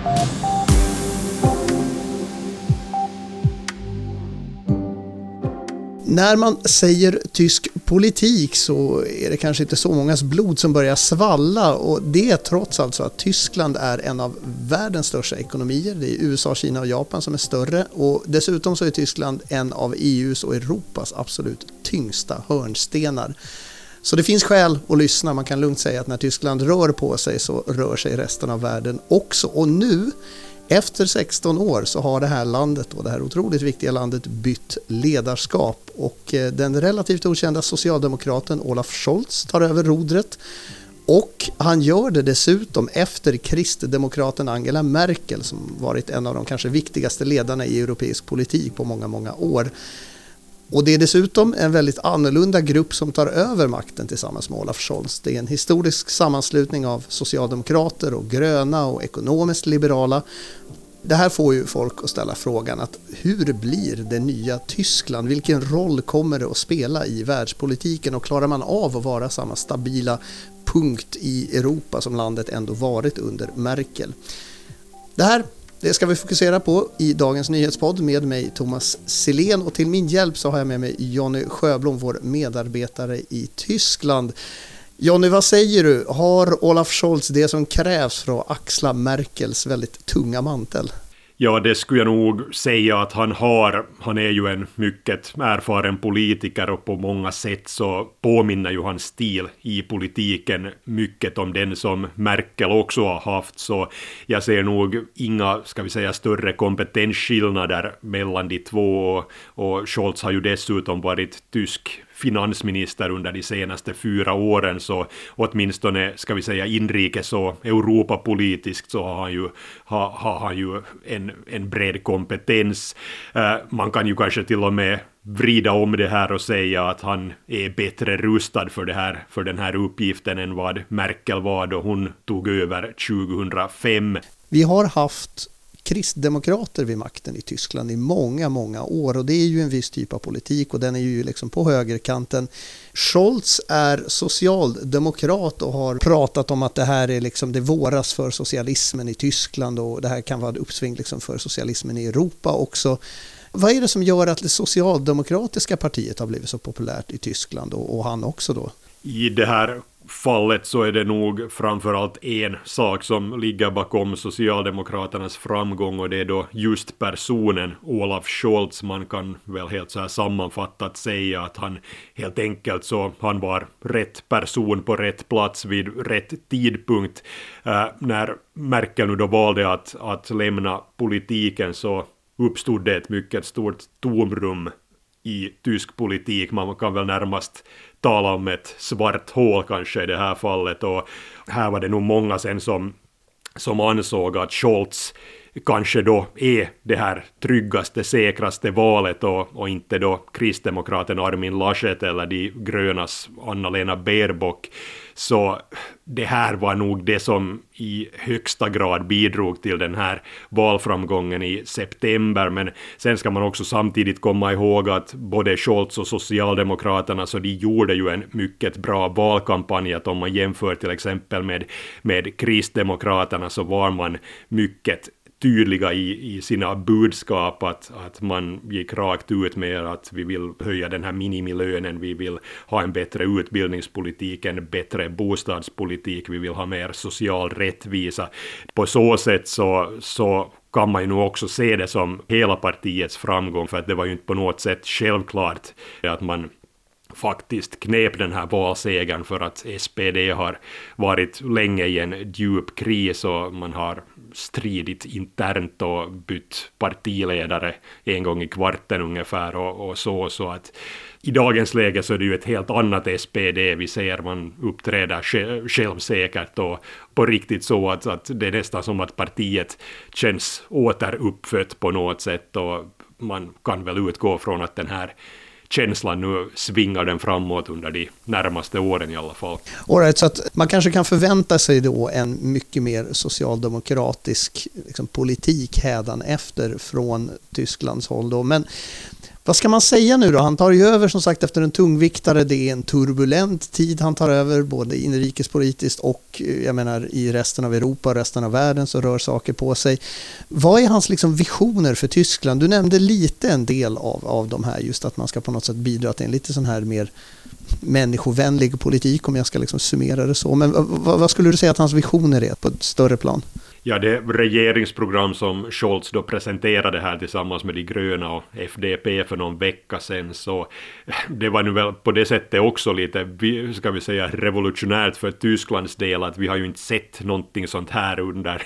När man säger tysk politik så är det kanske inte så mångas blod som börjar svalla, och det är trots allt så att Tyskland är en av världens största ekonomier. Det är USA, Kina och Japan som är större, och dessutom så är Tyskland en av EUs och Europas absolut tyngsta hörnstenar. Så det finns skäl att lyssna. Man kan lugnt säga att när Tyskland rör på sig så rör sig resten av världen också. Och nu, efter 16 år, så har det här landet och det här otroligt viktiga landet bytt ledarskap. Och den relativt okända socialdemokraten Olaf Scholz tar över rodret. Och han gör det dessutom efter kristdemokraten Angela Merkel, som varit en av de kanske viktigaste ledarna i europeisk politik på många, många år. Och det är dessutom en väldigt annorlunda grupp som tar över makten tillsammans med Olaf Scholz. Det är en historisk sammanslutning av socialdemokrater och gröna och ekonomiskt liberala. Det här får ju folk att ställa frågan att hur blir det nya Tyskland? Vilken roll kommer det att spela i världspolitiken, och klarar man av att vara samma stabila punkt i Europa som landet ändå varit under Merkel? Det ska vi fokusera på i dagens nyhetspodd med mig, Thomas Silén, och till min hjälp så har jag med mig Jonny Sjöblom, vår medarbetare i Tyskland. Jonny, vad säger du? Har Olaf Scholz det som krävs för att axla Merkels väldigt tunga mantel? Ja, det skulle jag nog säga att han har. Han är ju en mycket erfaren politiker, och på många sätt så påminner ju hans stil i politiken mycket om den som Merkel också har haft. Så jag ser nog inga, ska vi säga, större kompetensskillnader mellan de två, och Scholz har ju dessutom varit tysk finansminister under de senaste 4 åren, så åtminstone, ska vi säga, inrikes och Europapolitiskt så har han ju en bred kompetens. Man kan ju kanske till och med vrida om det här och säga att han är bättre rustad för den här uppgiften än vad Merkel var då hon tog över 2005. Vi har haft kristdemokrater vid makten i Tyskland i många, många år, och det är ju en viss typ av politik, och den är ju liksom på högerkanten. Scholz är socialdemokrat och har pratat om att det här är liksom det våras för socialismen i Tyskland, och det här kan vara ett uppsving liksom för socialismen i Europa också. Vad är det som gör att det socialdemokratiska partiet har blivit så populärt i Tyskland, och han också då? I det här fallet så är det nog framförallt en sak som ligger bakom Socialdemokraternas framgång, och det är då just personen Olaf Scholz. Man kan väl helt så här sammanfattat säga att han helt enkelt han var rätt person på rätt plats vid rätt tidpunkt. När Merkel nu då valde att lämna politiken så uppstod det ett mycket stort tomrum i tysk politik. Man kan väl närmast tala om ett svart hål kanske i det här fallet, och här var det nog många sen som ansåg att Scholz kanske då är det här tryggaste, säkraste valet, och inte då kristdemokraten Armin Laschet eller de grönas Anna-Lena Baerbock. Så det här var nog det som i högsta grad bidrog till den här valframgången i september. Men sen ska man också samtidigt komma ihåg att både Scholz och Socialdemokraterna, så de gjorde ju en mycket bra valkampanj. Att om man jämför till exempel med kristdemokraterna så var man mycket tydliga i sina budskap, att man gick rakt ut med att vi vill höja den här minimilönen, vi vill ha en bättre utbildningspolitik, en bättre bostadspolitik, vi vill ha mer social rättvisa. På så sätt så kan man ju nog också se det som hela partiets framgång, för att det var ju inte på något sätt självklart att man faktiskt knep den här valsegern, för att SPD har varit länge i en djup kris, och man har stridit internt och bytt partiledare en gång i kvarten ungefär, och så att i dagens läge så är det ju ett helt annat SPD vi ser. Man uppträder självsäkert och på riktigt så att det är nästan som att partiet känns återuppfött på något sätt, och man kan väl utgå från att den här känslan nu svingar den framåt under de närmaste åren i alla fall. All right, så att man kanske kan förvänta sig då en mycket mer socialdemokratisk politik hädan efter från Tysklands håll då. Men Vad ska man säga nu då? Han tar ju över som sagt efter en tungviktare. Det är en turbulent tid han tar över både inrikespolitiskt och jag menar i resten av Europa och resten av världen så rör saker på sig. Vad är hans liksom visioner för Tyskland? Du nämnde lite en del av de här, just att man ska på något sätt bidra till en lite sån här mer människovänlig politik om jag ska liksom summera det så. Men vad skulle du säga att hans visioner är på ett större plan? Ja, det regeringsprogram som Scholz då presenterade här tillsammans med de gröna och FDP för någon vecka sedan, så det var nu väl på det sättet också lite, ska vi säga, revolutionärt för Tysklands del, att vi har ju inte sett någonting sånt här under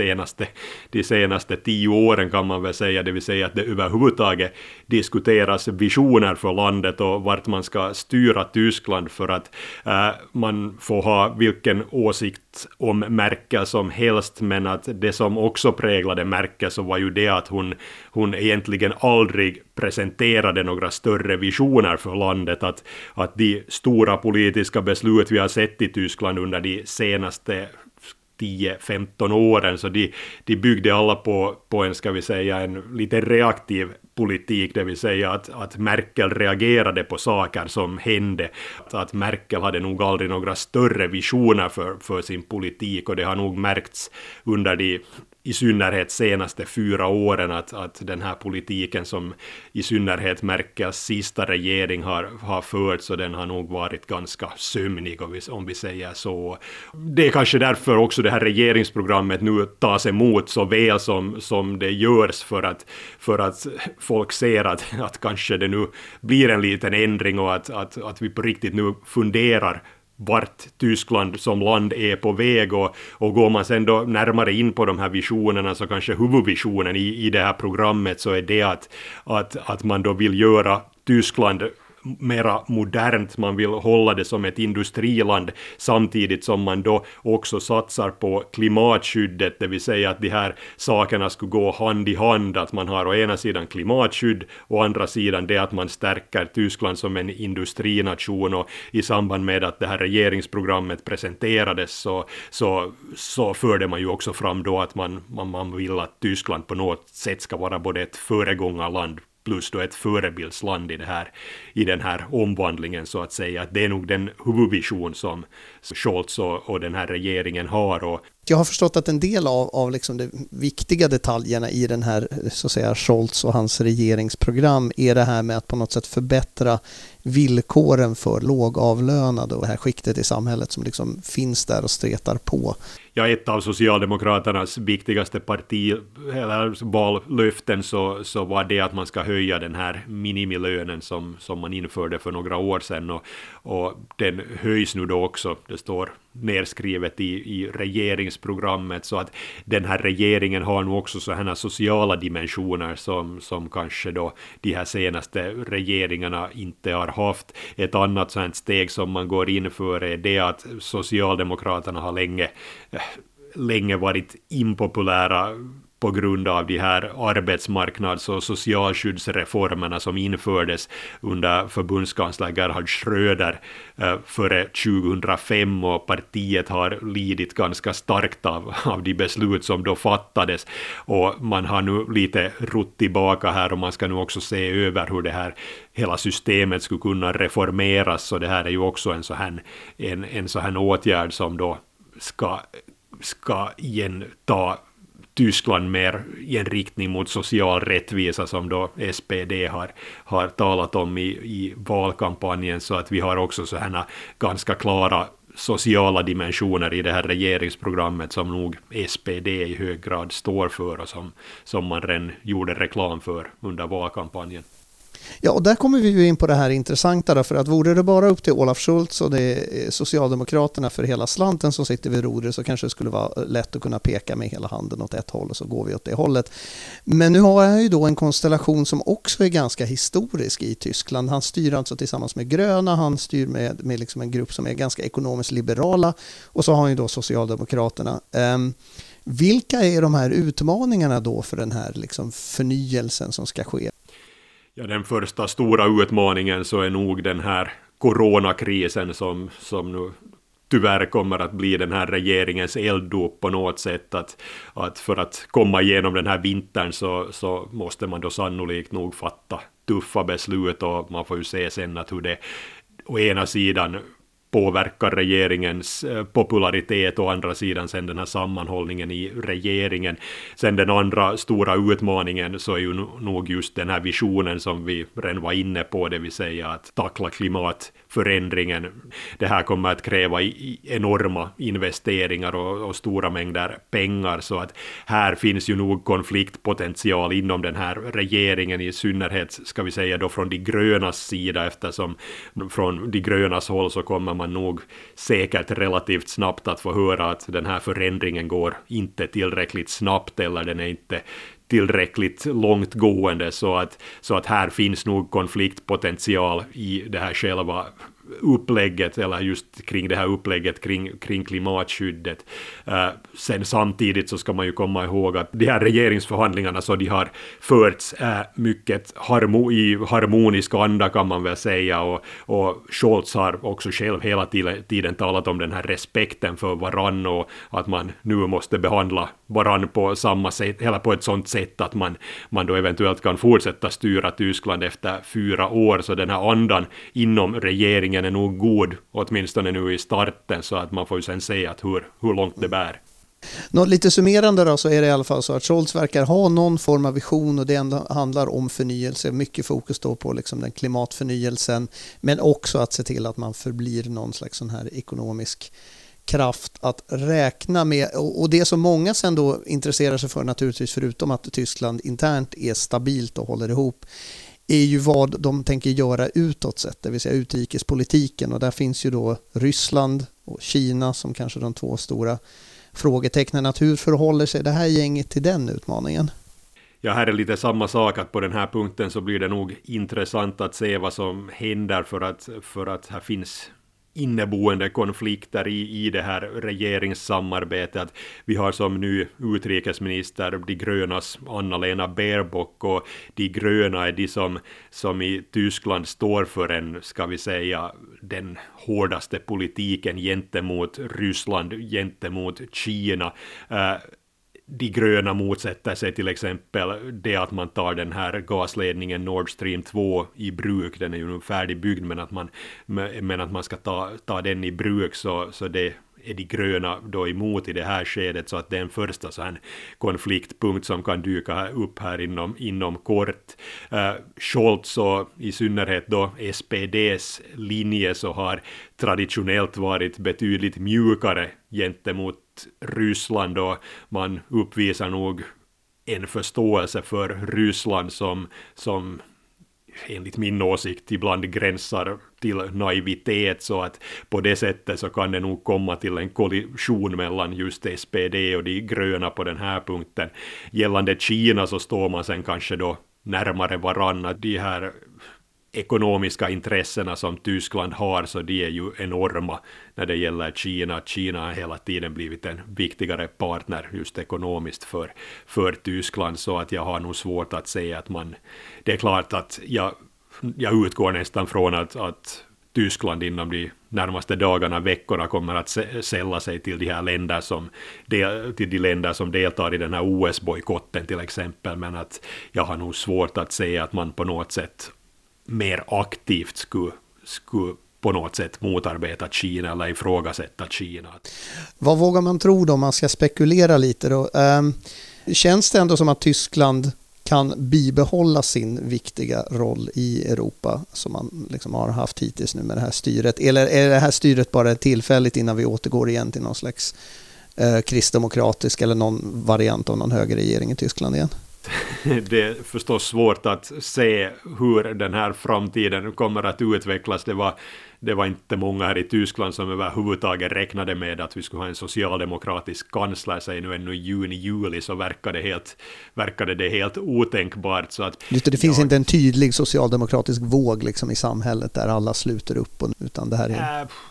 de senaste 10 åren kan man väl säga, det vill säga att det överhuvudtaget diskuteras visioner för landet och vart man ska styra Tyskland, för att man får ha vilken åsikt om Merkel som helst, men att det som också präglade Merkel så var ju det att hon egentligen aldrig presenterade några större visioner för landet, att de stora politiska beslut vi har sett i Tyskland under de senaste 10-15 åren, så de byggde alla på en, ska vi säga, en lite reaktiv politik, det vill säga att Merkel reagerade på saker som hände. Att Merkel hade nog aldrig några större visioner för sin politik, och det har nog märkts under de i synnerhet senaste 4 åren att den här politiken som i synnerhet Merkels sista regering har fört, så den har nog varit ganska sömnig om vi säger så. Det är kanske därför också det här regeringsprogrammet nu tas emot så väl som det görs, för att folk ser att kanske det nu blir en liten ändring och att vi på riktigt nu funderar vart Tyskland som land är på väg, och går man sen då närmare in på de här visionerna, så kanske huvudvisionen i det här programmet så är det att man då vill göra Tyskland mera modernt, man vill hålla det som ett industriland samtidigt som man då också satsar på klimatskyddet, det vill säga att de här sakerna skulle gå hand i hand, att man har å ena sidan klimatskydd och å andra sidan det att man stärker Tyskland som en industrination. Och i samband med att det här regeringsprogrammet presenterades så förde man ju också fram då att man vill att Tyskland på något sätt ska vara både ett föregångarland plus då ett förebildsland i den här omvandlingen, så att säga. Det är nog den huvudvision som Scholz och den här regeringen har. Och jag har förstått att en del av liksom de viktiga detaljerna i den här, så att säga, Scholz och hans regeringsprogram är det här med att på något sätt förbättra villkoren för lågavlönade och det här skiktet i samhället som liksom finns där och stretar på. Ja, ett av Socialdemokraternas viktigaste vallöften så var det att man ska höja den här minimilönen som man införde för några år sedan, och den höjs nu då också. Det står nedskrivet i regeringsprogrammet, så att den här regeringen har nu också så här sociala dimensioner som kanske då de här senaste regeringarna inte har haft. Ett annat sådant steg som man går in för är det att Socialdemokraterna har länge varit impopulära på grund av de här arbetsmarknads- och socialskyddsreformerna som infördes under förbundskansler Gerhard Schröder före 2005, och partiet har lidit ganska starkt av de beslut som då fattades, och man har nu lite rott tillbaka här, och man ska nu också se över hur det här hela systemet skulle kunna reformeras, så det här är ju också en så här åtgärd som då ska igen ta Tyskland mer i en riktning mot social rättvisa som då SPD har talat om i valkampanjen, så att vi har också så här ganska klara sociala dimensioner i det här regeringsprogrammet som nog SPD i hög grad står för och som man redan gjorde reklam för under valkampanjen. Ja, och där kommer vi ju in på det här intressanta då, för att vore det bara upp till Olaf Scholz och det är Socialdemokraterna för hela slanten som sitter vid rodret, så kanske det skulle vara lätt att kunna peka med hela handen åt ett håll och så går vi åt det hållet. Men nu har han ju då en konstellation som också är ganska historisk i Tyskland. Han styr alltså tillsammans med gröna, han styr med liksom en grupp som är ganska ekonomiskt liberala, och så har han ju då Socialdemokraterna. Vilka är de här utmaningarna då för den här liksom förnyelsen som ska ske? Ja, den första stora utmaningen så är nog den här coronakrisen som nu tyvärr kommer att bli den här regeringens elddop på något sätt, att för att komma igenom den här vintern så måste man då sannolikt nog fatta tuffa beslut, och man får ju se sen att hur det å ena sidan påverkar regeringens popularitet, och å andra sidan sen den här sammanhållningen i regeringen. Sen den andra stora utmaningen så är ju nog just den här visionen som vi redan var inne på, det vill säga att tackla klimatförändringen. Det här kommer att kräva enorma investeringar och stora mängder pengar, så att här finns ju nog konfliktpotential inom den här regeringen, i synnerhet ska vi säga då från de grönas sida, eftersom från de grönas håll så kommer man nog säkert relativt snabbt att få höra att den här förändringen går inte tillräckligt snabbt, eller den är inte tillräckligt långtgående, så att här finns nog konfliktpotential i det här själva upplägget, eller just kring det här upplägget kring klimatskyddet. Sen samtidigt så ska man ju komma ihåg att de här regeringsförhandlingarna så de har förts mycket i harmonisk anda, kan man väl säga, och Scholz har också själv hela tiden talat om den här respekten för varann, och att man nu måste behandla varann på samma sätt, eller på ett sånt sätt att man då eventuellt kan fortsätta styra Tyskland efter 4 år, så den här andan inom regeringen är nog god, åtminstone nu i starten, så att man får ju sen se att hur långt det bär. Lite summerande då, så är det i alla fall så att Scholz verkar ha någon form av vision, och det handlar om förnyelse, mycket fokus då på liksom den klimatförnyelsen, men också att se till att man förblir någon slags sån här ekonomisk kraft att räkna med. Och det som många sen då intresserar sig för, naturligtvis förutom att Tyskland internt är stabilt och håller ihop, är ju vad de tänker göra utåt sett, det vill säga utrikespolitiken. Och där finns ju då Ryssland och Kina som kanske de 2 stora frågetecknen. Att hur förhåller sig det här gänget till den utmaningen? Ja, här är lite samma sak, att på den här punkten så blir det nog intressant att se vad som händer, för att här finns inneboende konflikter i det här regeringssamarbetet. Vi har som ny utrikesminister de grönas Anna-Lena Baerbock, och de gröna är de som i Tyskland står för ska vi säga, den hårdaste politiken gentemot Ryssland, gentemot Kina. De gröna motsätter sig till exempel det att man tar den här gasledningen Nord Stream 2 i bruk. Den är ju nu färdigbyggd, men att man ska ta den i bruk, så det är de gröna då emot i det här skedet, så att det är en första så här konfliktpunkt som kan dyka upp här inom kort. Scholz och i synnerhet då SPDs linje så har traditionellt varit betydligt mjukare gentemot Ryssland, och man uppvisar nog en förståelse för Ryssland som enligt min åsikt ibland gränsar till naivitet, så att på det sättet så kan det nog komma till en kollision mellan just SPD och de gröna på den här punkten. Gällande Kina så står man sen kanske då närmare varandra. De här ekonomiska intressena som Tyskland har, så de är ju enorma när det gäller Kina. Kina har hela tiden blivit en viktigare partner just ekonomiskt för Tyskland, så att jag har nog svårt att säga att det är klart att jag utgår nästan från att Tyskland inom de närmaste dagarna, veckorna kommer att sälla sig till de här länder som deltar i den här OS-bojkotten till exempel, men att jag har nog svårt att säga att man på något sätt mer aktivt skulle på något sätt motarbeta Kina eller ifrågasätta Kina. Vad vågar man tro då, om man ska spekulera lite då? Känns det ändå som att Tyskland kan bibehålla sin viktiga roll i Europa som man liksom har haft hittills nu med det här styret? Eller är det här styret bara tillfälligt innan vi återgår igen till någon slags kristdemokratisk eller någon variant av någon högerregering i Tyskland igen? Det är förstås svårt att se hur den här framtiden kommer att utvecklas. Det var inte många här i Tyskland som överhuvudtaget räknade med att vi skulle ha en socialdemokratisk kansler, sig nu ännu i juni-juli, så verkade det helt otänkbart. Så att, det finns inte en tydlig socialdemokratisk våg liksom i samhället där alla sluter upp, utan det här är...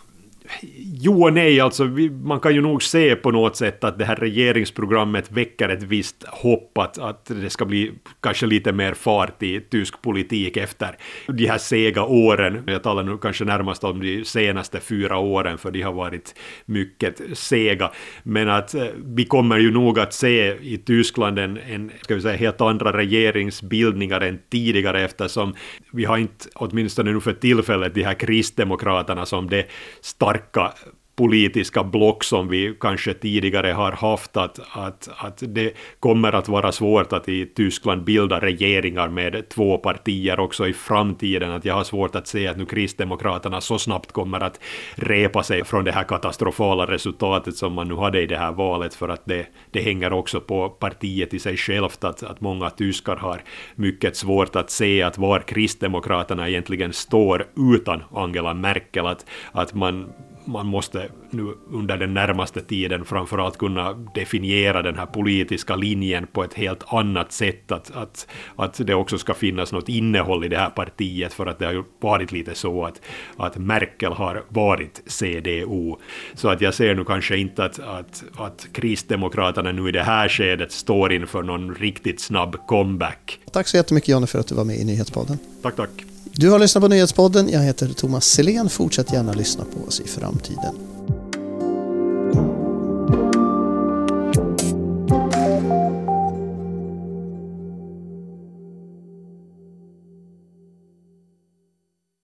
Jo och nej, alltså man kan ju nog se på något sätt att det här regeringsprogrammet väcker ett visst hopp att det ska bli kanske lite mer fart i tysk politik efter de här sega åren. Jag talar nu kanske närmast om de senaste 4 åren, för de har varit mycket sega. Men att vi kommer ju nog att se i Tyskland en ska vi säga, helt andra regeringsbildningar än tidigare, eftersom vi har inte, åtminstone nu för tillfället, de här kristdemokraterna som det starka politiska block som vi kanske tidigare har haft, att det kommer att vara svårt att i Tyskland bilda regeringar med 2 partier också i framtiden. Att jag har svårt att se att nu kristdemokraterna så snabbt kommer att repa sig från det här katastrofala resultatet som man nu hade i det här valet, för att det hänger också på partiet i sig självt, att många tyskar har mycket svårt att se att var kristdemokraterna egentligen står utan Angela Merkel, att man måste nu under den närmaste tiden framförallt kunna definiera den här politiska linjen på ett helt annat sätt, att det också ska finnas något innehåll i det här partiet, för att det har ju varit lite så att Merkel har varit CDU. Så att jag ser nu kanske inte att kristdemokraterna nu i det här skedet står inför någon riktigt snabb comeback. Tack så jättemycket, Jonny, för att du var med i Nyhetspodden. Tack. Du har lyssnat på Nyhetspodden. Jag heter Thomas Selén. Fortsätt gärna lyssna på oss i framtiden.